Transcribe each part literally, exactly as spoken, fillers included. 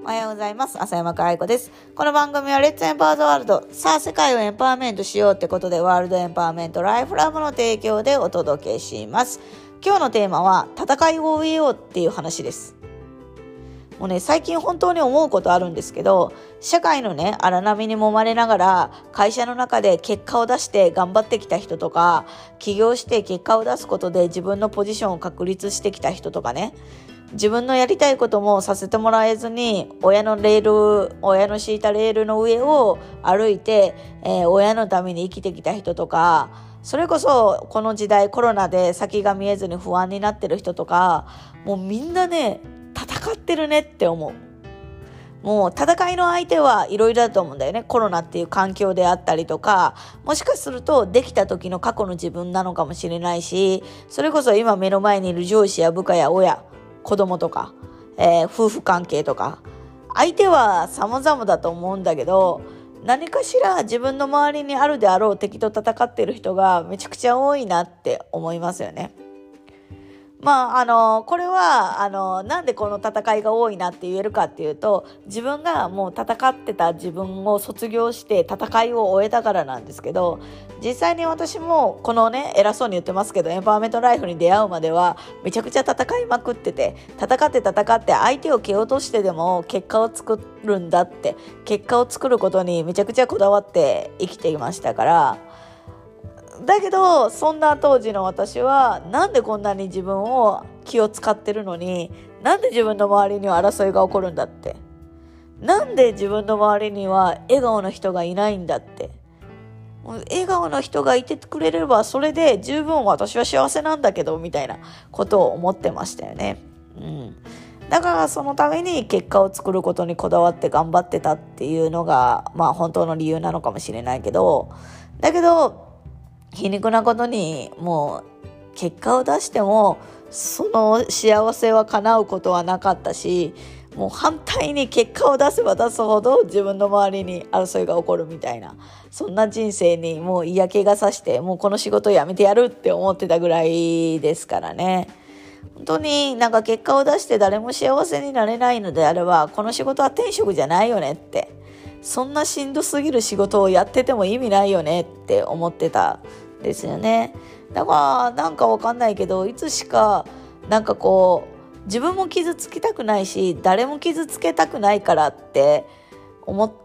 おはようございます。浅山か愛子です。この番組はレッツエンパワーズワールド、さあ世界をエンパワーメントしようってことで、ワールドエンパワーメントライフラブの提供でお届けします。今日のテーマは戦いを終えようっていう話です。もうね、最近本当に思うことあるんですけど、社会のね荒波に揉まれながら会社の中で結果を出して頑張ってきた人とか、起業して結果を出すことで自分のポジションを確立してきた人とかね、自分のやりたいこともさせてもらえずに親のレール親の敷いたレールの上を歩いて、えー、親のために生きてきた人とか、それこそこの時代コロナで先が見えずに不安になってる人とか、もうみんなね戦ってるねって思う。もう戦いの相手はいろいろだと思うんだよね。コロナっていう環境であったりとか、もしかするとできた時の過去の自分なのかもしれないし、それこそ今目の前にいる上司や部下や親、子供とか、えー、夫婦関係とか、相手は様々だと思うんだけど、何かしら自分の周りにあるであろう敵と戦っている人がめちゃくちゃ多いなって思いますよね。まああのこれはあのなんでこの戦いが多いなって言えるかっていうと、自分がもう戦ってた自分を卒業して戦いを終えたからなんですけど、実際に私もこのね偉そうに言ってますけど、エンパワーメントライフに出会うまではめちゃくちゃ戦いまくってて、戦って戦って相手を蹴落としてでも結果を作るんだって、結果を作ることにめちゃくちゃこだわって生きていましたから。だけどそんな当時の私はなんでこんなに自分を気を使ってるのに、なんで自分の周りには争いが起こるんだって、なんで自分の周りには笑顔の人がいないんだって、笑顔の人がいてくれればそれで十分私は幸せなんだけどみたいなことを思ってましたよね。うん、だからそのために結果を作ることにこだわって頑張ってたっていうのがまあ本当の理由なのかもしれないけど、だけど皮肉なことにもう結果を出してもその幸せは叶うことはなかったし、もう反対に結果を出せば出すほど自分の周りに争いが起こるみたいな、そんな人生にもう嫌気がさして、もうこの仕事辞めてやるって思ってたぐらいですからね。本当になんか結果を出して誰も幸せになれないのであれば、この仕事は天職じゃないよねって、そんなしんどすぎる仕事をやってても意味ないよねって思ってたんですよね。だからなんかわかんないけど、いつしかなんかこう自分も傷つきたくないし誰も傷つけたくないからって思って、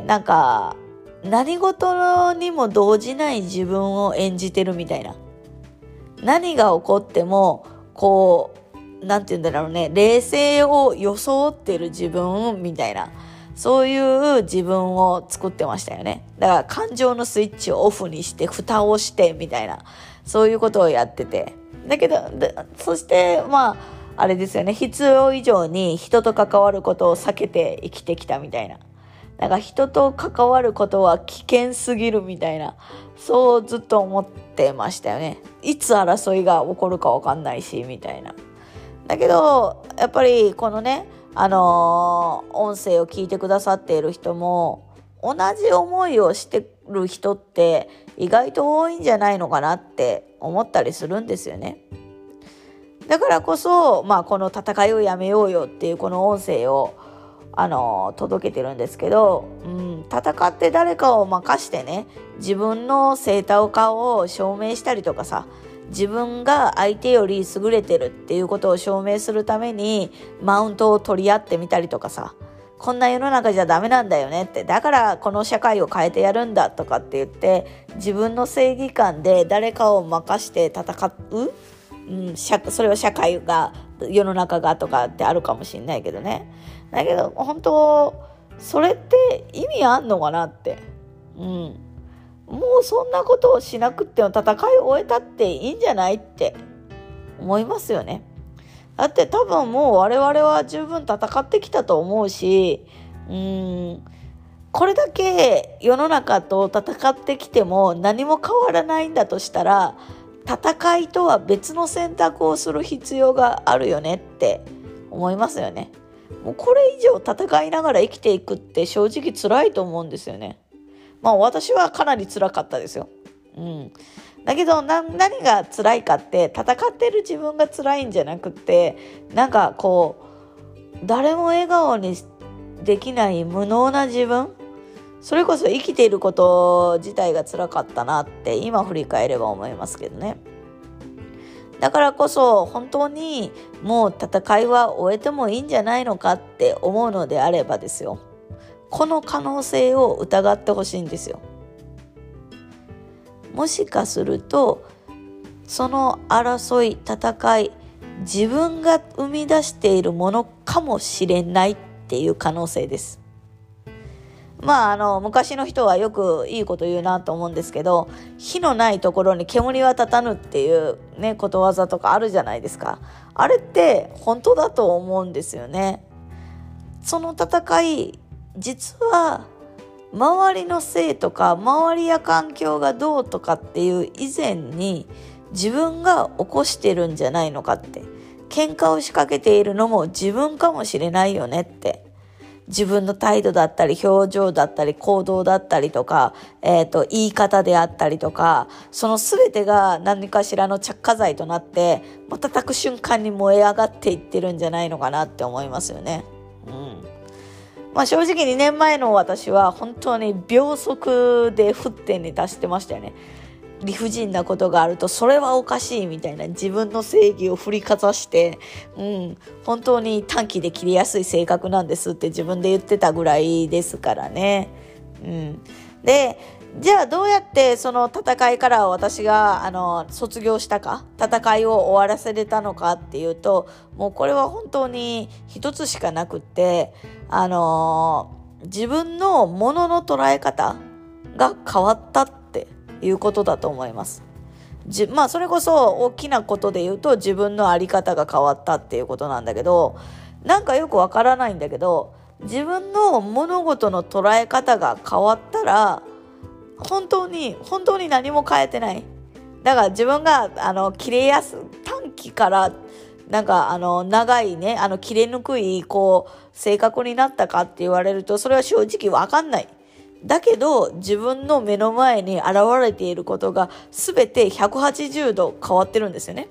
なんか何事にも動じない自分を演じてるみたいな、何が起こってもこうなんて言うんだろうね、冷静を装ってる自分みたいな、そういう自分を作ってましたよね。だから感情のスイッチをオフにして蓋をしてみたいな、そういうことをやってて、だけどそしてまああれですよね、必要以上に人と関わることを避けて生きてきたみたいな、なんか人と関わることは危険すぎるみたいな、そうずっと思ってましたよね。いつ争いが起こるか分かんないしみたいな。だけどやっぱりこのねあのー、音声を聞いてくださっている人も同じ思いをしてる人って意外と多いんじゃないのかなって思ったりするんですよね。だからこそ、まあ、この戦いをやめようよっていうこの音声を、あのー、届けてるんですけど、うん、戦って誰かを任してね、自分の正当化を証明したりとかさ、自分が相手より優れてるっていうことを証明するためにマウントを取り合ってみたりとかさ、こんな世の中じゃダメなんだよねって、だからこの社会を変えてやるんだとかって言って自分の正義感で誰かを任して戦う、うん、それは社会が世の中がとかってあるかもしれないけどね。だけど本当それって意味あんのかなって、うんもうそんなことをしなくても戦いを終えたっていいんじゃないって思いますよね。だって多分もう我々は十分戦ってきたと思うし、うーんこれだけ世の中と戦ってきても何も変わらないんだとしたら、戦いとは別の選択をする必要があるよねって思いますよね。もうこれ以上戦いながら生きていくって正直辛いと思うんですよね。まあ私はかなり辛かったですよ。うん。だけどな何が辛いかって戦ってる自分が辛いんじゃなくて、なんかこう誰も笑顔にできない無能な自分、それこそ生きていること自体が辛かったなって今振り返れば思いますけどね。だからこそ本当にもう戦いは終えてもいいんじゃないのかって思うのであればですよ、この可能性を疑ってほしいんですよ。もしかするとその争い、戦い、自分が生み出しているものかもしれないっていう可能性です。まああの昔の人はよくいいこと言うなと思うんですけど、火のないところに煙は立たぬっていうねことわざとかあるじゃないですか。あれって本当だと思うんですよね。その戦い、実は周りのせいとか周りや環境がどうとかっていう以前に自分が起こしてるんじゃないのかって、喧嘩を仕掛けているのも自分かもしれないよねって、自分の態度だったり表情だったり行動だったりとか、えーと、言い方であったりとか、その全てが何かしらの着火剤となってもう叩く瞬間に燃え上がっていってるんじゃないのかなって思いますよね。うんまあ、正直にねんまえの私は本当に秒速で沸点に達してましたよね。理不尽なことがあるとそれはおかしいみたいな自分の正義を振りかざして、うん、本当に短期で切れやすい性格なんですって自分で言ってたぐらいですからね。うん、でじゃあどうやってその戦いから私があの卒業したか、戦いを終わらせれたのかっていうと、もうこれは本当に一つしかなくって、あのー、自分のものの捉え方が変わったっていうことだと思います。じまあそれこそ大きなことで言うと自分の在り方が変わったっていうことなんだけど、なんかよくわからないんだけど、自分の物事の捉え方が変わったら本当に本当に何も変えてない。だから自分があの切れやす短期からなんかあの長いねあの切れにくいこう性格になったかって言われるとそれは正直わかんない。だけど自分の目の前に現れていることが全てひゃくはちじゅうど変わってるんですよね。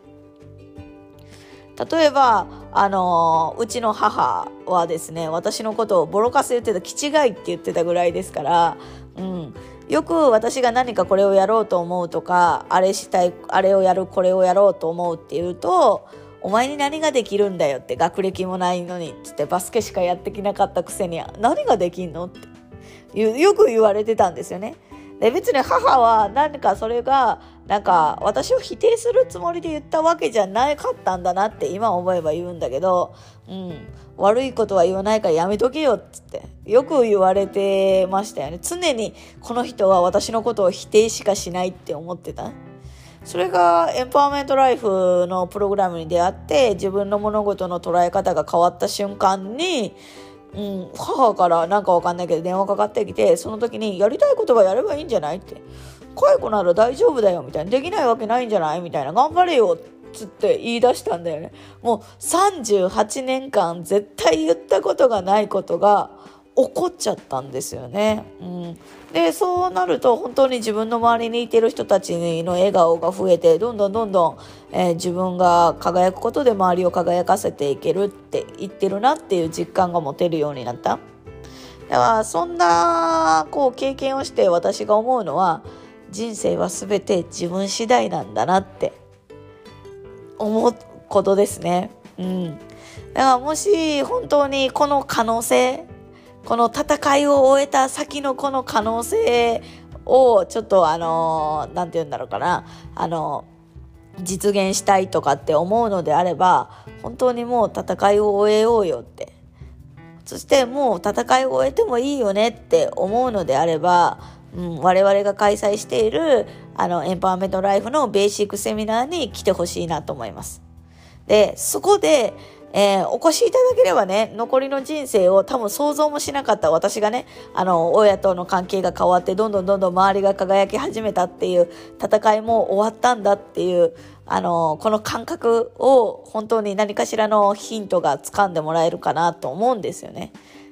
例えばあのうちの母はですね、私のことをボロカス言ってた、気違いって言ってたぐらいですから、うん、よく私が何かこれをやろうと思うとか、あれしたい、あれをやる、これをやろうと思うっていうと、お前に何ができるんだよって、学歴もないのにつってバスケしかやってきなかったくせに何ができんのってよく言われてたんですよね。で別に母は何かそれがなんか私を否定するつもりで言ったわけじゃなかったんだなって今思えば言うんだけど、うん、悪いことは言わないからやめとけよっつってよく言われてましたよね。常にこの人は私のことを否定しかしないって思ってた。それがエンパワーメントライフのプログラムに出会って自分の物事の捉え方が変わった瞬間に、うん、母からなんかわかんないけど電話かかってきて、その時にやりたいことがやればいいんじゃないって、解雇なら大丈夫だよみたいな、できないわけないんじゃないみたいな、頑張れよっつって言い出したんだよね。もうさんじゅうはちねんかん絶対言ったことがないことが起こっちゃったんですよね。うん、でそうなると本当に自分の周りにいてる人たちの笑顔が増えて、どんどんどんどん、えー、自分が輝くことで周りを輝かせていけるって言ってるなっていう実感が持てるようになった。だからそんなこう経験をして私が思うのは、人生は全て自分次第なんだなって思うことですね。うん、だからもし本当にこの可能性、この戦いを終えた先のこの可能性をちょっとあのなんて言うんだろうかな、あの実現したいとかって思うのであれば、本当にもう戦いを終えようよって、そしてもう戦いを終えてもいいよねって思うのであれば、うん、我々が開催しているあのエンパワーメントライフのベーシックセミナーに来てほしいなと思います。でそこでえー、お越しいただければね、残りの人生を多分想像もしなかった私がね、あの親との関係が変わってどんどんどんどん周りが輝き始めたっていう戦いも終わったんだっていう、あのこの感覚を本当に何かしらのヒントが掴んでもらえるかなと思うんですよね。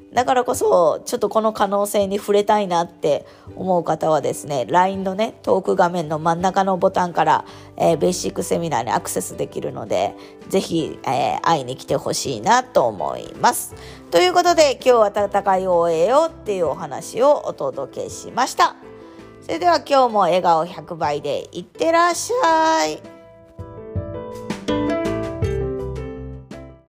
だからこそちょっとこの可能性に触れたいなって思う方はですね、 ライン のねトーク画面の真ん中のボタンから、えー、ベーシックセミナーにアクセスできるので、ぜひ、えー、会いに来てほしいなと思います。ということで今日は戦いを終えようっていうお話をお届けしました。それでは今日も笑顔ひゃくばいでいってらっしゃい。